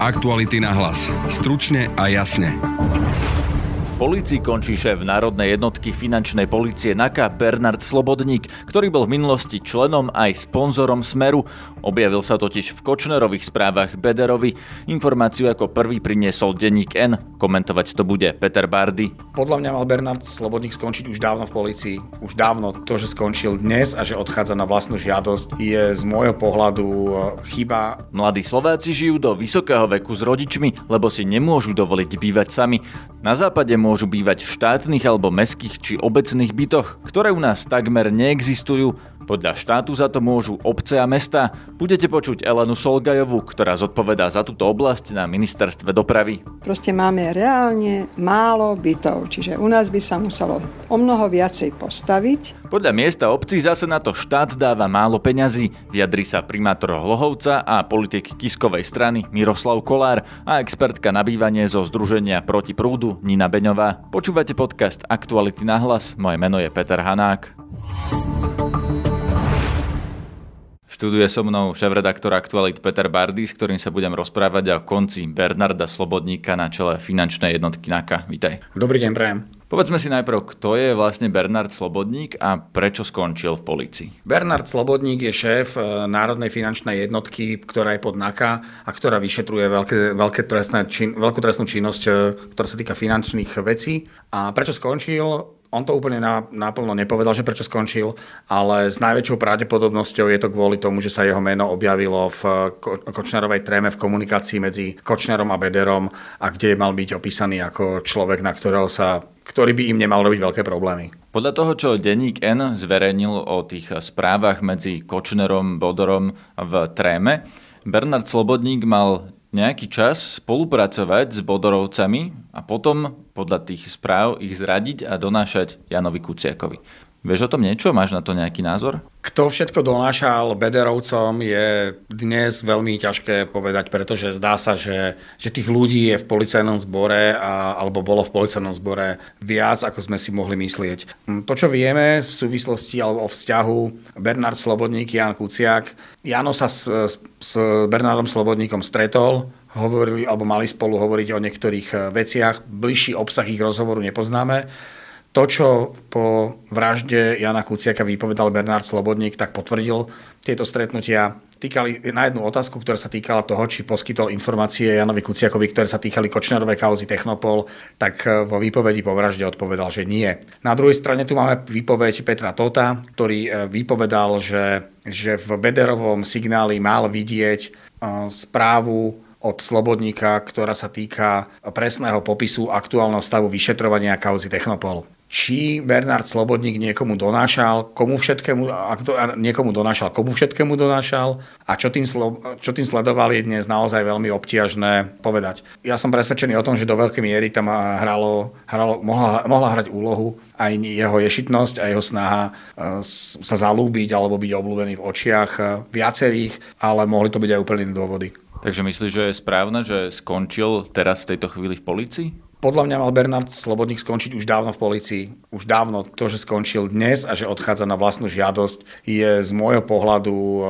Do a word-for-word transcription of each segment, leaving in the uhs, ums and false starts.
Aktuality na hlas. Stručne a jasne. V polícii končí šéf Národnej jednotky finančnej polície NAKA Bernard Slobodník, ktorý bol v minulosti členom aj sponzorom Smeru. Objavil sa totiž v Kočnerových správach Bederovi. Informáciu ako prvý priniesol denník N. Komentovať to bude Peter Bardy. Podľa mňa mal Bernard Slobodník skončiť už dávno v polícii. Už dávno. To, že skončil dnes a že odchádza na vlastnú žiadosť, je z môjho pohľadu chyba. Mladí Slováci žijú do vysokého veku s rodičmi, lebo si nemôžu dovoliť bývať sami. Na západe môžu bývať v štátnych alebo mestských či obecných bytoch, ktoré u nás takmer neexistujú. Podľa štátu za to môžu obce a mestá. Budete počuť Elenu Solgajovú, ktorá zodpovedá za túto oblasť na ministerstve dopravy. Proste máme reálne málo bytov, čiže u nás by sa muselo o mnoho viacej postaviť. Podľa miesta obcí zase na to štát dáva málo peňazí. Vyjadrí sa primátor Hlohovca a politik Kiskovej strany Miroslav Kolár a expertka na bývanie zo Združenia Proti prúdu Nina Beňová. Počúvate podcast Aktuality na hlas. Moje meno je Peter Hanák. Študuje so mnou šéfredaktor Aktualit Peter Bardy, s ktorým sa budem rozprávať o konci Bernarda Slobodníka na čele finančnej jednotky NAKA. Vítaj. Dobrý deň, prajem. Povedzme si najprv, kto je vlastne Bernard Slobodník a prečo skončil v polícii? Bernard Slobodník je šéf Národnej finančnej jednotky, ktorá je pod NAKA a ktorá vyšetruje veľké, veľké trestné čin, veľkú trestnú činnosť, ktorá sa týka finančných vecí. A prečo skončil? On to úplne náplno nepovedal, že prečo skončil, ale s najväčšou pravdepodobnosťou je to kvôli tomu, že sa jeho meno objavilo v Kočnerovej tréme v komunikácii medzi Kočnerom a Bederom a kde mal byť opísaný ako človek, na ktorého sa, ktorý by im nemal robiť veľké problémy. Podľa toho, čo denník N zverejnil o tých správach medzi Kočnerom a Bodorom v tréme, Bernard Slobodník mal nejaký čas spolupracovať s Bodorovcami a potom podľa tých správ ich zradiť a donášať Janovi Kuciakovi. Vieš o tom niečo? Máš na to nejaký názor? Kto všetko donášal Bederovcom je dnes veľmi ťažké povedať, pretože zdá sa, že, že tých ľudí je v policajnom zbore a, alebo bolo v policajnom zbore viac, ako sme si mohli myslieť. To, čo vieme v súvislosti alebo o vzťahu Bernard Slobodník, Jan Kuciak, Jano sa s, s Bernardom Slobodníkom stretol, hovorili, alebo mali spolu hovoriť o niektorých veciach. Bližší obsah ich rozhovoru nepoznáme. To, čo po vražde Jana Kuciaka vypovedal Bernard Slobodník, tak potvrdil tieto stretnutia. Týkali na jednu otázku, ktorá sa týkala toho, či poskytol informácie Janovi Kuciakovi, ktoré sa týkali Kočnerovej kauzy Technopol, tak vo výpovedi po vražde odpovedal, že nie. Na druhej strane tu máme výpoveď Petra Tóta, ktorý vypovedal, že, že v Bederovom signáli mal vidieť správu od Slobodníka, ktorá sa týka presného popisu aktuálneho stavu vyšetrovania kauzy Technopol. Či Bernard Slobodník niekomu donášal, komu všetkému, ak to niekomu donášal, komu všetkému donášal a čo tým, čo tým sledoval, je dnes naozaj veľmi obťažné povedať. Ja som presvedčený o tom, že do veľkej miery tam hralo, hralo, mohla, mohla hrať úlohu aj jeho ješitnosť a jeho snaha sa zalúbiť alebo byť obľúbený v očiach viacerých, ale mohli to byť aj úplne iné dôvody. Takže myslíš, že je správne, že skončil teraz v tejto chvíli v polícii? Podľa mňa mal Bernard Slobodník skončiť už dávno v polícii. Už dávno. To, že skončil dnes a že odchádza na vlastnú žiadosť, je z môjho pohľadu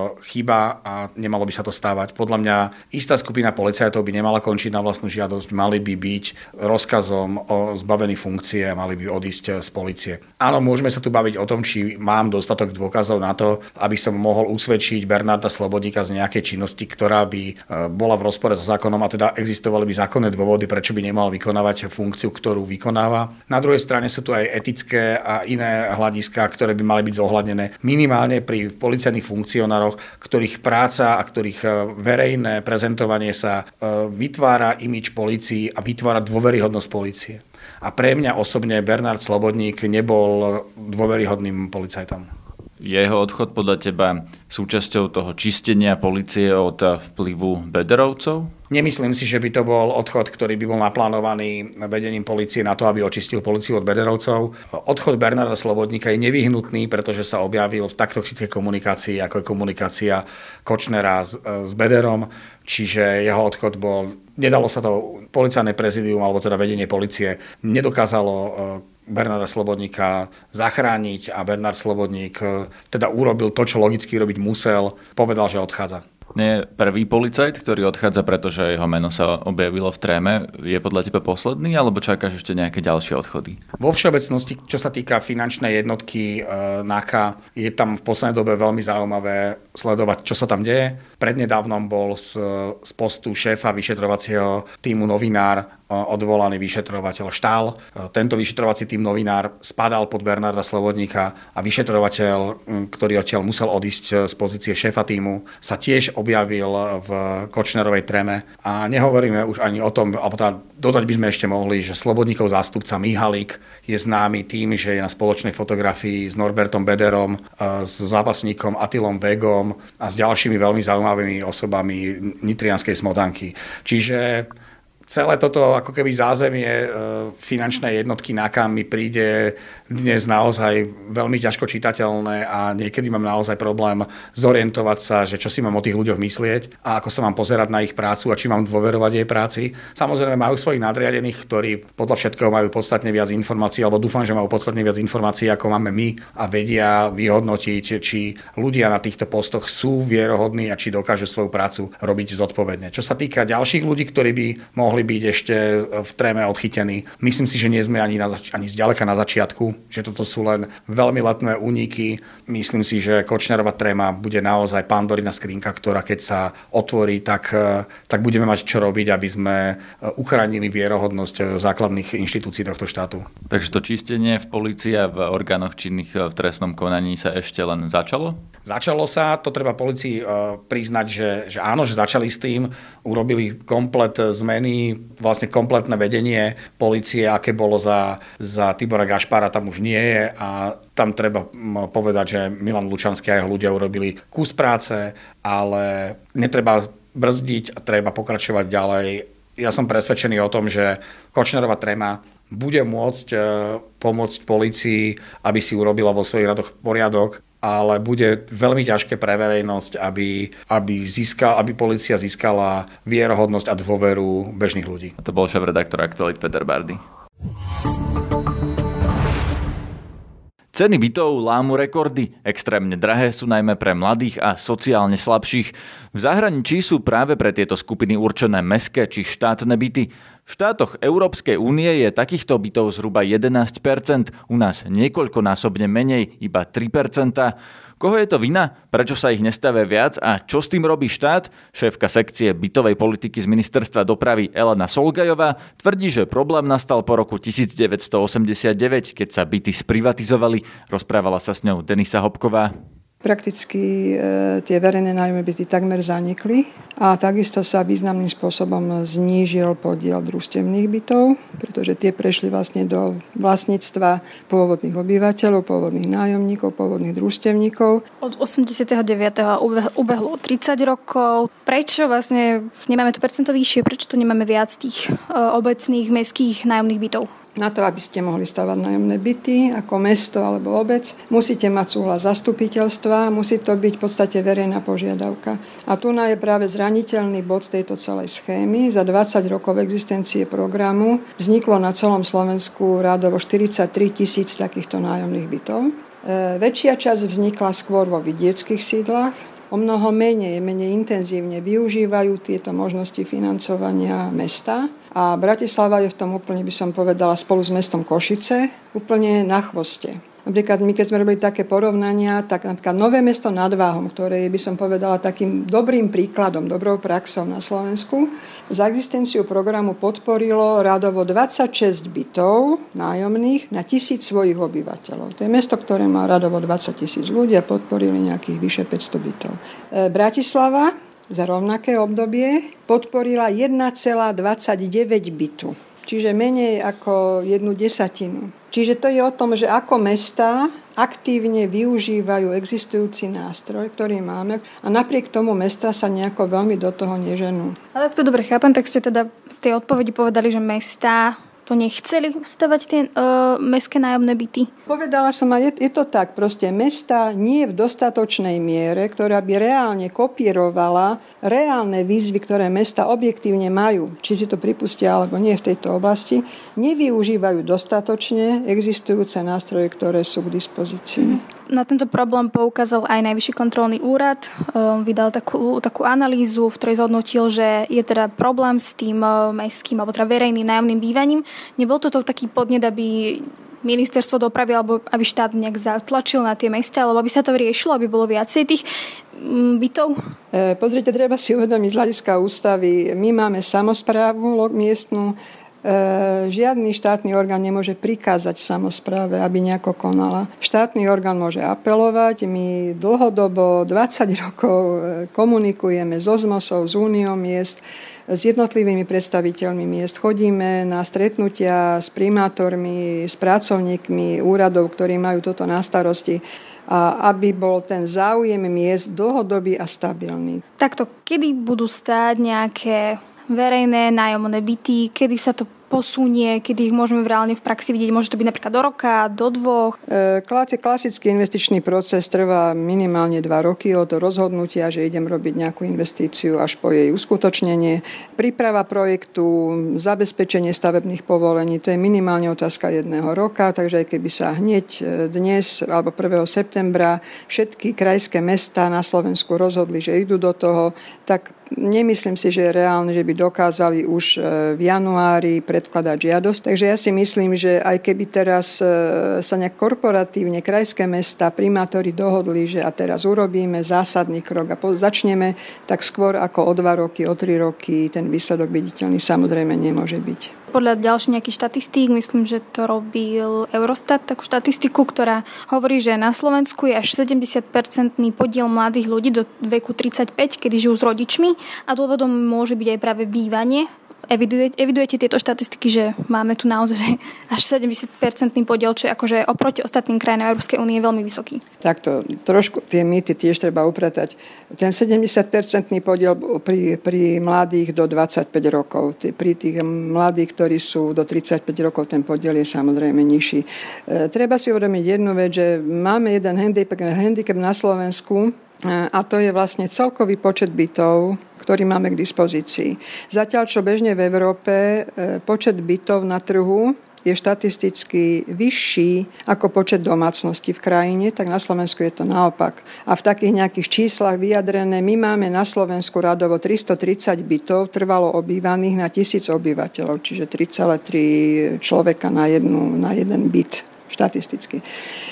chyba a nemalo by sa to stávať. Podľa mňa istá skupina policajtov by nemala končiť na vlastnú žiadosť, mali by byť rozkazom o zbavení funkcie a mali by odísť z polície. Áno, môžeme sa tu baviť o tom, či mám dostatok dôkazov na to, aby som mohol usvedčiť Bernarda Slobodníka z nejakej činnosti, ktorá by bola v rozpore so zákonom a teda existovali by zákonné dôvody, prečo by nemal vykonávať funkciu, ktorú vykonáva. Na druhej strane sú tu aj etické a iné hľadiská, ktoré by mali byť zohľadnené minimálne pri policajných funkcionároch, ktorých práca a ktorých verejné prezentovanie sa vytvára imidž polícii a vytvára dôveryhodnosť polície. A pre mňa osobne Bernard Slobodník nebol dôveryhodným policajtom. Jeho odchod podľa teba súčasťou toho čistenia polície od vplyvu Bederovcov? Nemyslím si, že by to bol odchod, ktorý by bol naplánovaný vedením polície na to, aby očistil políciu od Bederovcov. Odchod Bernarda Slobodníka je nevyhnutný, pretože sa objavil v tak toxickej komunikácii, ako je komunikácia Kočnera s, s Bederom. Čiže jeho odchod bol, nedalo sa to, policajné prezidium, alebo teda vedenie polície nedokázalo Bernarda Slobodníka zachrániť a Bernard Slobodník teda urobil to, čo logicky robiť musel, povedal, že odchádza. Nie je prvý policajt, ktorý odchádza, pretože jeho meno sa objavilo v tréme. Je podľa teba posledný, alebo čakáš ešte nejaké ďalšie odchody? Vo všeobecnosti, čo sa týka finančnej jednotky e, NAKA, je tam v poslednej dobe veľmi zaujímavé sledovať, čo sa tam deje. Prednedávnom bol z, z postu šéfa vyšetrovacieho tímu novinár odvolaný vyšetrovateľ Štál. Tento vyšetrovací tím novinár spadal pod Bernarda Slobodníka a vyšetrovateľ, ktorý odtiaľ musel odísť z pozície šéfa tímu, sa tiež objavil v Kočnerovej tréme. A nehovoríme už ani o tom, alebo teda dodať by sme ešte mohli, že Slobodníkov zástupca Mihalík je známy tým, že je na spoločnej fotografii s Norbertom Bederom, s zápasníkom Attilom Begom a s ďalšími veľmi zaujímavými osobami nitrianskej Smotanky. Čiže celé toto ako keby zázemie e, finančnej jednotky NAKA mi príde dnes naozaj veľmi ťažko čitateľné a niekedy mám naozaj problém zorientovať sa, že čo si mám o tých ľuďoch myslieť a ako sa mám pozerať na ich prácu a či mám dôverovať jej práci. Samozrejme majú svojich nadriadených, ktorí podľa všetkého majú podstatne viac informácií, alebo dúfam, že majú podstatne viac informácií, ako máme my a vedia vyhodnotiť, či ľudia na týchto postoch sú vierohodní a či dokážu svoju prácu robiť zodpovedne. Čo sa týka ďalších ľudí, ktorí by mohli byť ešte v tréme odchytení. Myslím si, že nie sme ani, na zač- ani zďaleka na začiatku, že toto sú len veľmi letné úniky. Myslím si, že Kočnerova tréma bude naozaj Pandorina skrinka, ktorá keď sa otvorí, tak, tak budeme mať čo robiť, aby sme uchránili vierohodnosť základných inštitúcií tohto štátu. Takže to čistenie v polícii a v orgánoch činných v trestnom konaní sa ešte len začalo? Začalo sa, to treba polícii priznať, že, že áno, že začali s tým, urobili komplet zmeny, vlastne kompletné vedenie polície, aké bolo za, za Tibora Gašpara, tam už nie je a tam treba povedať, že Milan Lučanský a jeho ľudia urobili kus práce, ale netreba brzdiť a treba pokračovať ďalej. Ja som presvedčený o tom, že Kočnerova tréma bude môcť pomôcť polícii, aby si urobila vo svojich radoch poriadok, ale bude veľmi ťažké pre verejnosť, aby, aby, získal, aby polícia získala vierohodnosť a dôveru bežných ľudí. To bol šéf-redaktor Aktualít Peter Bardy. Ceny bytov lámu rekordy. Extrémne drahé sú najmä pre mladých a sociálne slabších. V zahraničí sú práve pre tieto skupiny určené mestské či štátne byty. V štátoch Európskej únie je takýchto bytov zhruba jedenásť percent, u nás niekoľkonásobne menej, iba tri percentá. Koho je to vina? Prečo sa ich nestavia viac? A čo s tým robí štát? Šéfka sekcie bytovej politiky z Ministerstva dopravy Elena Solgajová tvrdí, že problém nastal po roku devätnásťstoosemdesiatdeväť, keď sa byty sprivatizovali. Rozprávala sa s ňou Denisa Hopková. Prakticky e, tie verejné nájomné byty takmer zanikli a takisto sa významným spôsobom znížil podiel družstevných bytov, pretože tie prešli vlastne do vlastníctva pôvodných obyvateľov, pôvodných nájomníkov, pôvodných družstevníkov. Od osemdesiatdeväť ubehlo tridsať rokov. Prečo vlastne nemáme to percento vyššie? Prečo tu nemáme viac tých e, obecných mestských nájomných bytov? Na to, aby ste mohli stavať nájomné byty ako mesto alebo obec, musíte mať súhlas zastupiteľstva, musí to byť v podstate verejná požiadavka. A tu je práve zraniteľný bod tejto celej schémy. Za dvadsať rokov existencie programu vzniklo na celom Slovensku rádovo štyridsaťtri tisíc takýchto nájomných bytov. E, väčšia časť vznikla skôr vo vidieckych sídlach. O mnoho menej, menej intenzívne využívajú tieto možnosti financovania mesta. A Bratislava je v tom úplne, by som povedala, spolu s mestom Košice úplne na chvoste. Napríklad my, keď sme robili také porovnania, tak napríklad Nové Mesto nad Váhom, ktoré je, by som povedala, takým dobrým príkladom, dobrou praxou na Slovensku, za existenciu programu podporilo radovo dvadsaťšesť bytov nájomných na tisíc svojich obyvateľov. To je mesto, ktoré má radovo dvadsať tisíc ľudí a podporili nejakých vyše päťsto bytov. E, Bratislava za rovnaké obdobie podporila jeden celá dvadsaťdeväť bytu, čiže menej ako jednu desatinu. Čiže to je o tom, že ako mestá aktívne využívajú existujúci nástroj, ktorý máme a napriek tomu mestá sa nejako veľmi do toho neženú. Ale ak to dobre chápem, tak ste teda v tej odpovedi povedali, že mestá to nechceli stavať tie uh, mestské nájomné byty? Povedala som, a je, je to tak, proste mestá nie v dostatočnej miere, ktorá by reálne kopírovala reálne výzvy, ktoré mestá objektívne majú, či si to pripustia alebo nie v tejto oblasti, nevyužívajú dostatočne existujúce nástroje, ktoré sú k dispozícii. Na tento problém poukázal aj Najvyšší kontrolný úrad. Vydal takú, takú analýzu, v ktorej zhodnotil, že je teda problém s tým mestským alebo teda verejným nájomným bývaním. Nebol to taký podnet, aby ministerstvo dopravy alebo aby štát nejak zatlačil na tie mestá, alebo aby sa to riešilo, aby bolo viacej tých bytov? E, pozrite, treba si uvedomiť z hľadiska ústavy. My máme samosprávu miestnu. E, žiadny štátny orgán nemôže prikázať samospráve, aby nejako konala. Štátny orgán môže apelovať. My dlhodobo, dvadsať rokov komunikujeme s OZMOSou, s Úniou miest, s jednotlivými predstaviteľmi miest. Chodíme na stretnutia s primátormi, s pracovníkmi úradov, ktorí majú toto na starosti, a aby bol ten záujem miest dlhodobý a stabilný. Takto, kedy budú stáť nejaké verejné nájomné byty, kedy sa to posunie, kedy ich môžeme reálne v praxi vidieť? Môže to byť napríklad do roka, do dvoch? Klasický investičný proces trvá minimálne dva roky od rozhodnutia, že idem robiť nejakú investíciu až po jej uskutočnenie. Príprava projektu, zabezpečenie stavebných povolení, to je minimálne otázka jedného roka, takže aj keby sa hneď dnes alebo prvého septembra všetky krajské mestá na Slovensku rozhodli, že idú do toho, tak nemyslím si, že je reálne, že by dokázali už v januári predkladať žiadosť. Takže ja si myslím, že aj keby teraz sa nejak korporatívne krajské mestá, primátori dohodli, že a teraz urobíme zásadný krok a začneme, tak skôr ako o dva roky, o tri roky ten výsledok viditeľný samozrejme nemôže byť. Podľa ďalších nejakých štatistík, myslím, že to robil Eurostat, takú štatistiku, ktorá hovorí, že na Slovensku je až sedemdesiat percentný podiel mladých ľudí do veku tridsaťpäť, kedy žijú s rodičmi, a dôvodom môže byť aj práve bývanie. Evidujete, evidujete tieto štatistiky, že máme tu naozaj že až sedemdesiat percentný podiel, čo je akože oproti ostatným krajinám Európskej únie je veľmi vysoký. Takto, trošku tie mýty tiež treba upratať. Ten sedemdesiat percentný podiel pri, pri mladých do dvadsaťpäť rokov. Pri tých mladých, ktorí sú do tridsaťpäť rokov, ten podiel je samozrejme nižší. E, treba si uvedomiť jednu vec, že máme jeden handicap, handicap na Slovensku, a to je vlastne celkový počet bytov, ktorý máme k dispozícii. Zatiaľ, čo bežne v Európe počet bytov na trhu je štatisticky vyšší ako počet domácností v krajine, tak na Slovensku je to naopak. A v takých nejakých číslach vyjadrené, my máme na Slovensku radovo tristotridsať bytov trvalo obývaných na tisíc obyvateľov, čiže tri celé tri človeka na, jednu, na jeden byt štatisticky.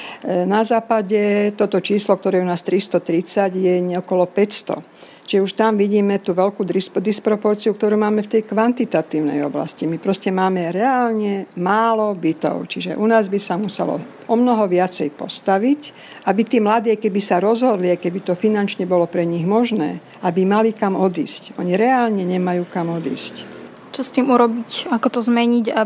Na západe toto číslo, ktoré je u nás tristotridsať, je okolo päťsto. Čiže už tam vidíme tú veľkú disproporciu, ktorú máme v tej kvantitatívnej oblasti. My proste máme reálne málo bytov. Čiže u nás by sa muselo o mnoho viacej postaviť, aby tí mladí, keby sa rozhodli, keby to finančne bolo pre nich možné, aby mali kam odísť. Oni reálne nemajú kam odísť. Čo s tým urobiť? Ako to zmeniť? A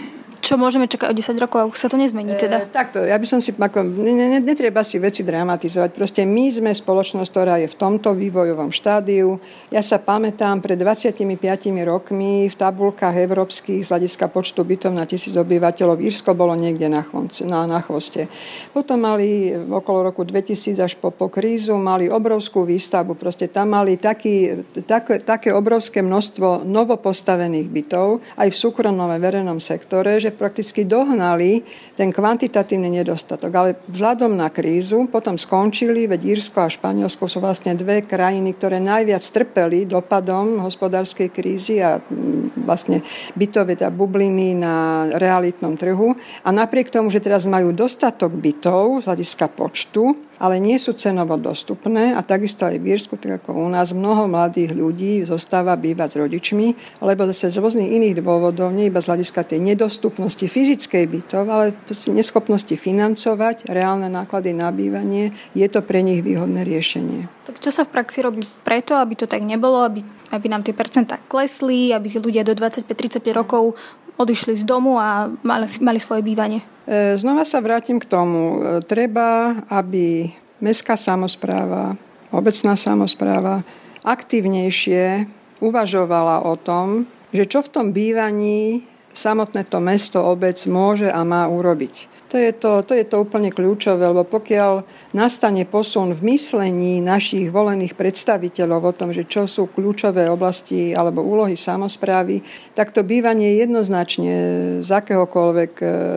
čo môžeme čakať o desať rokov, ak sa to nezmení teda? E, takto, ja by som si, ako, ne, netreba si veci dramatizovať. Proste my sme spoločnosť, ktorá je v tomto vývojovom štádiu. Ja sa pamätám, pred dvadsaťpäť rokmi v tabuľkách európskych z hľadiska počtu bytov na tisíc obyvateľov Írsko bolo niekde na, chvonce, na, na chvoste. Potom mali okolo roku dvetisíc až po, po krízu, mali obrovskú výstavbu. Proste tam mali taký, tak, také obrovské množstvo novopostavených bytov aj v súkromnom a verejnom sektore, že prakticky dohnali ten kvantitatívny nedostatok. Ale vzhľadom na krízu potom skončili, veď Írsko a Španielsko sú vlastne dve krajiny, ktoré najviac trpeli dopadom hospodárskej krízy a vlastne bytové bubliny na realitnom trhu. A napriek tomu, že teraz majú dostatok bytov z hľadiska počtu, ale nie sú cenovo dostupné a takisto aj v Írsku, tak ako u nás, mnoho mladých ľudí zostáva bývať s rodičmi, lebo zase z rôznych iných dôvodov, nie iba z hľadiska tej nedostupnosti fyzickej bytov, ale neschopnosti financovať reálne náklady na bývanie, je to pre nich výhodné riešenie. Tak čo sa v praxi robí preto, aby to tak nebolo, aby, aby nám tie percentá klesli, aby ľudia do dvadsaťpäť tridsaťpäť rokov odišli z domu a mali, mali svoje bývanie? Znova sa vrátim k tomu. Treba, aby mestská samospráva, obecná samospráva aktívnejšie uvažovala o tom, že čo v tom bývaní samotné to mesto, obec môže a má urobiť. To je to, to je to úplne kľúčové, lebo pokiaľ nastane posun v myslení našich volených predstaviteľov o tom, že čo sú kľúčové oblasti alebo úlohy samosprávy, tak to bývanie jednoznačne z akéhokoľvek,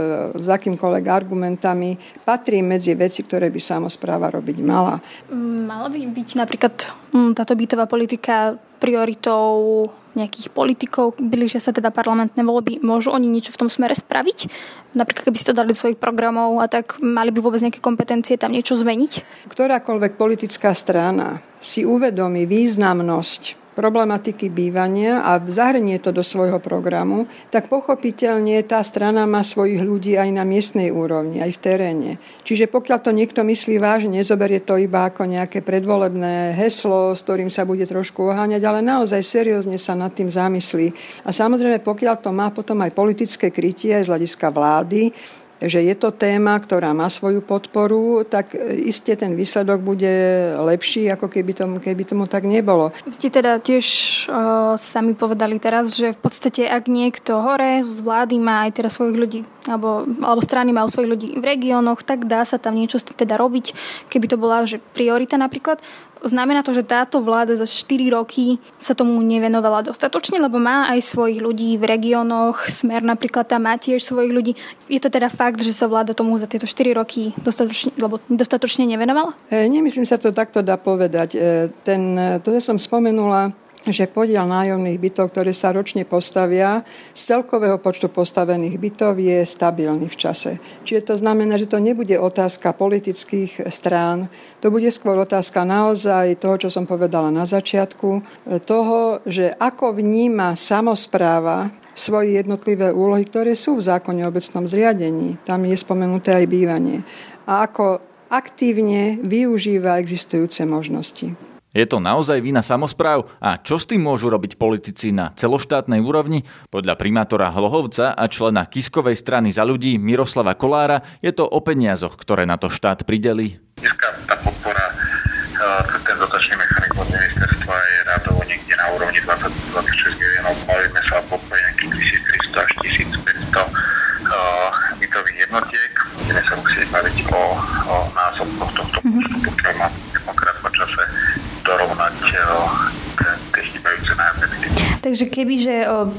s akýmkoľvek argumentami patrí medzi veci, ktoré by samospráva robiť mala. Mala by byť napríklad táto bytová politika prioritou nejakých politikov, blížia sa teda parlamentné voľby, môžu oni niečo v tom smere spraviť? Napríklad, keby si to dali do svojich programov a tak mali by vôbec nejaké kompetencie tam niečo zmeniť? Ktorákoľvek politická strana si uvedomí významnosť problematiky bývania a zahrnie to do svojho programu, tak pochopiteľne tá strana má svojich ľudí aj na miestnej úrovni, aj v teréne. Čiže pokiaľ to niekto myslí vážne, nezoberie to iba ako nejaké predvolebné heslo, s ktorým sa bude trošku oháňať, ale naozaj seriózne sa nad tým zamyslí. A samozrejme, pokiaľ to má potom aj politické krytie aj z hľadiska vlády, že je to téma, ktorá má svoju podporu, tak iste ten výsledok bude lepší, ako keby tomu, keby tomu tak nebolo. Vy ste teda tiež uh, sami povedali teraz, že v podstate ak niekto hore z vlády má aj teraz svojich ľudí, alebo, alebo strany majú svojich ľudí v regiónoch, tak dá sa tam niečo s tým teda robiť, keby to bola že priorita napríklad. Znamená to, že táto vláda za štyri roky sa tomu nevenovala dostatočne, lebo má aj svojich ľudí v regiónoch, Smer napríklad tam má tiež svojich ľudí. Je to teda fakt, že sa vláda tomu za tieto štyri roky dostatočne, lebo dostatočne nevenovala? E, nemyslím sa to takto dá povedať. E, ten, to, čo som spomenula, že podiel nájomných bytov, ktoré sa ročne postavia, z celkového počtu postavených bytov je stabilný v čase. Čiže to znamená, že to nebude otázka politických strán, to bude skôr otázka naozaj toho, čo som povedala na začiatku, toho, že ako vníma samospráva svoje jednotlivé úlohy, ktoré sú v zákone o obecnom zriadení. Tam je spomenuté aj bývanie. A ako aktívne využíva existujúce možnosti. Je to naozaj vina samospráv? A čo s tým môžu robiť politici na celoštátnej úrovni? Podľa primátora Hlohovca a člena Kiskovej strany Za ľudí Miroslava Kolára je to o peniazoch, ktoré na to štát pridelí. Dneska tá podpora, ten dotačný mechanizmus ministerstva je rádovo niekde na úrovni dvadsať až dvadsaťšesť miliónov. Mali sme sa podporiť nejakých tisíctristo až tisícpäťsto bytových jednotiek. Budeme sa musieť baviť o, o násobkoch tohto počtu, pokiaľ má jednokrát po čase dorovnať tie chýbajúce nájomné byty. Takže kebyže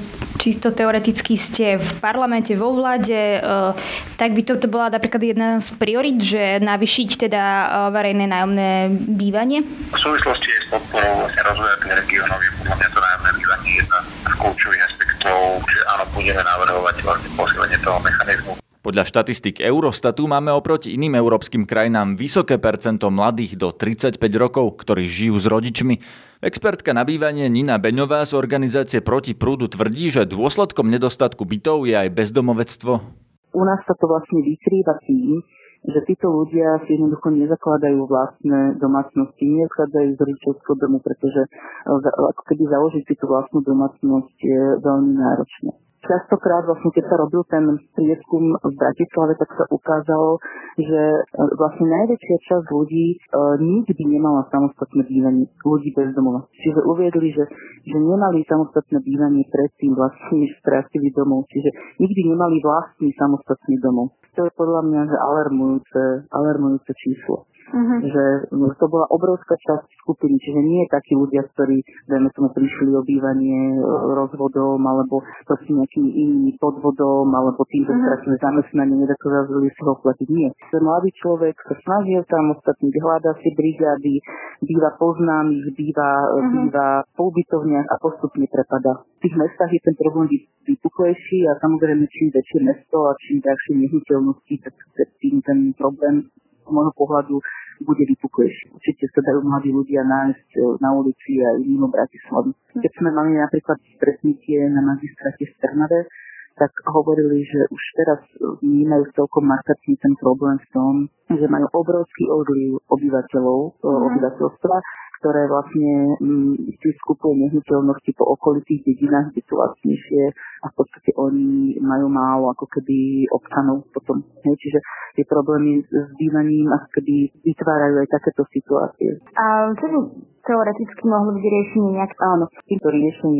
čisto teoreticky ste v parlamente, vo vláde, tak by toto bola napríklad jedna z priorit, že navýšiť teda verejné nájomné bývanie? V súvislosti s podporou vlastne rozvoja tých regiónov je podľa mňa to nájomné bývanie jedna z kľúčových aspektov, že áno, budeme navrhovať vlastne posilnenie toho mechanizmu. Podľa štatistík Eurostatu máme oproti iným európskym krajinám vysoké percento mladých do tridsaťpäť rokov, ktorí žijú s rodičmi. Expertka na bývanie Nina Beňová z organizácie Proti prúdu tvrdí, že dôsledkom nedostatku bytov je aj bezdomovectvo. U nás sa to vlastne vykrýva tým, že títo ľudia si jednoducho nezakladajú vlastné domácnosti, neodchádzajú z rodičovského domu, pretože ako keby založiť si tú vlastnú domácnosť je veľmi náročné. Častokrát vlastne, keď sa robil ten prieskum v Bratislave, tak sa ukázalo, že vlastne najväčšia časť ľudí e, nikdy nemala samostatné bývanie, ľudí bez domova. Čiže uviedli, že, že nemali samostatné bývanie predtým vlastne, než strátili domov. Čiže nikdy nemali vlastný samostatný domov. To je podľa mňa že alarmujúce, alarmujúce číslo. Uh-huh. Že to bola obrovská časť skupiny, čiže nie takí ľudia, ktorí, dajme tomu, prišli o bývanie rozvodom alebo proste nejakým iným podvodom alebo tým, že stratili uh-huh. zamestnanie, nedokázali si ho platiť. Nie. Ten mladý človek sa snaží samostatne, hľadá si brigády, býva poznámych, býva, uh-huh. býva po ubytovniach a postupne prepadá. V tých mestách je ten problém vypuklejší a samozrejme čím väčšie mesto a čím ďalšie nehnuteľnosti, tak tým ten problém z môjho pohľadu bude vypuklejší. Určite sa dajú mladí ľudia nájsť na ulici aj mimo Bratislavy. Keď sme mali napríklad stretnutie na magistráte v Trnave, tak hovorili, že už teraz vnímajú celkom markantný ten problém v tom, že majú obrovský odliv obyvateľov, mm. obyvateľstva, ktoré vlastne si skupujú nehnuteľnosti po okolitých dedinách, kde sú lacnejšie a v podstate oni majú málo ako keby občanov potom. Hej, čiže tie problémy s bývaním ako keby vytvárajú aj takéto situácie. A čo by teoreticky mohlo byť riešenie nejak? Áno, týmto riešenie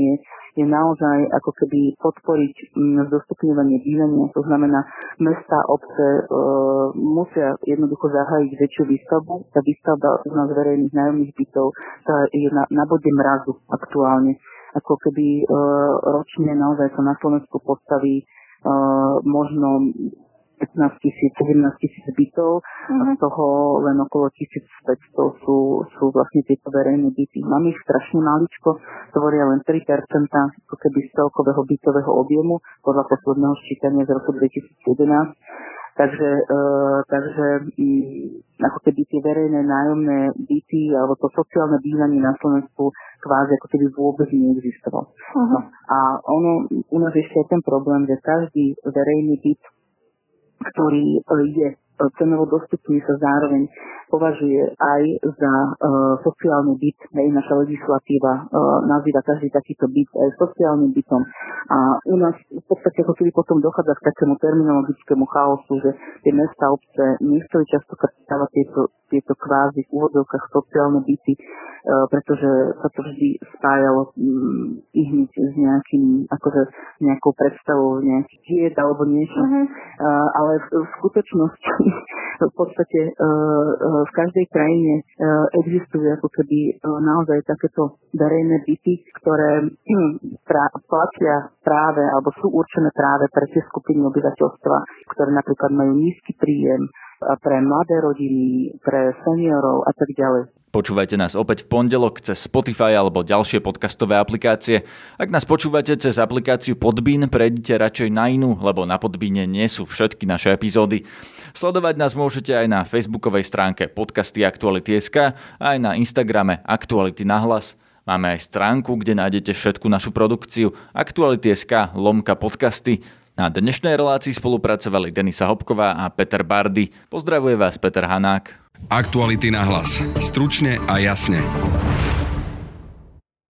je naozaj ako keby podporiť zdostupňovanie bývania. To znamená, mestá, obce e, musia jednoducho zahájiť väčšiu výstavbu. Tá výstavba z nás verejných nájomných bytov tá je na, na bode mrazu aktuálne. Ako keby e, ročne naozaj sa na Slovensku postaví e, možno pätnásť tisíc, sedemnásť tisíc bytov uh-huh. a z toho len okolo tisícpäťsto sú, sú vlastne tieto verejné byty. Máme ich strašne maličko, tvoria len tri percentá ako keby z celkového bytového objemu podľa posledného ščítania z roku dvetisícjedenásť. Takže, e, takže m, ako keby tie verejné nájomné byty alebo to sociálne bývanie na Slovensku kvázi ako keby vôbec neexistovalo. Uh-huh. No, a ono, u nás ešte je ten problém, že každý verejný byt, ktorý je cenovo dostupný, sa zároveň považuje aj za e, sociálny byt. Hej, naša legislatíva e, nazýva každý takýto byt aj sociálnym bytom. A u nás v podstate ako keby potom dochádza k takému terminologickému chaosu, že tie mestá, obce nechceli častokrát stávať tieto, tieto kvázi v úvodzovkách sociálne byty, e, pretože sa to vždy spájalo mm, i hneď s nejakým, akože nejakou predstavou nejaký diet alebo niečo. Uh-huh. E, ale v, v skutočnosti v podstate e, v každej krajine existujú ako keby naozaj takéto verejné byty, ktoré pra, platia práve alebo sú určené práve pre tie skupiny obyvateľstva, ktoré napríklad majú nízky príjem, pre mladé rodiny, pre seniorov a tak ďalej. Počúvajte nás opäť v pondelok cez Spotify alebo ďalšie podcastové aplikácie. Ak nás počúvate cez aplikáciu Podbean, prejdite radšej na inú, lebo na Podbeane nie sú všetky naše epizódy. Sledovať nás môžete aj na facebookovej stránke podcasty Aktuality bodka es ká a aj na Instagrame Aktuality na hlas. Máme aj stránku, kde nájdete všetku našu produkciu Aktuality bodka es ká lomka podcasty. Na dnešnej relácii spolupracovali Denisa Hopková a Peter Bardy. Pozdravuje vás Peter Hanák. Aktuality na hlas. Stručne a jasne.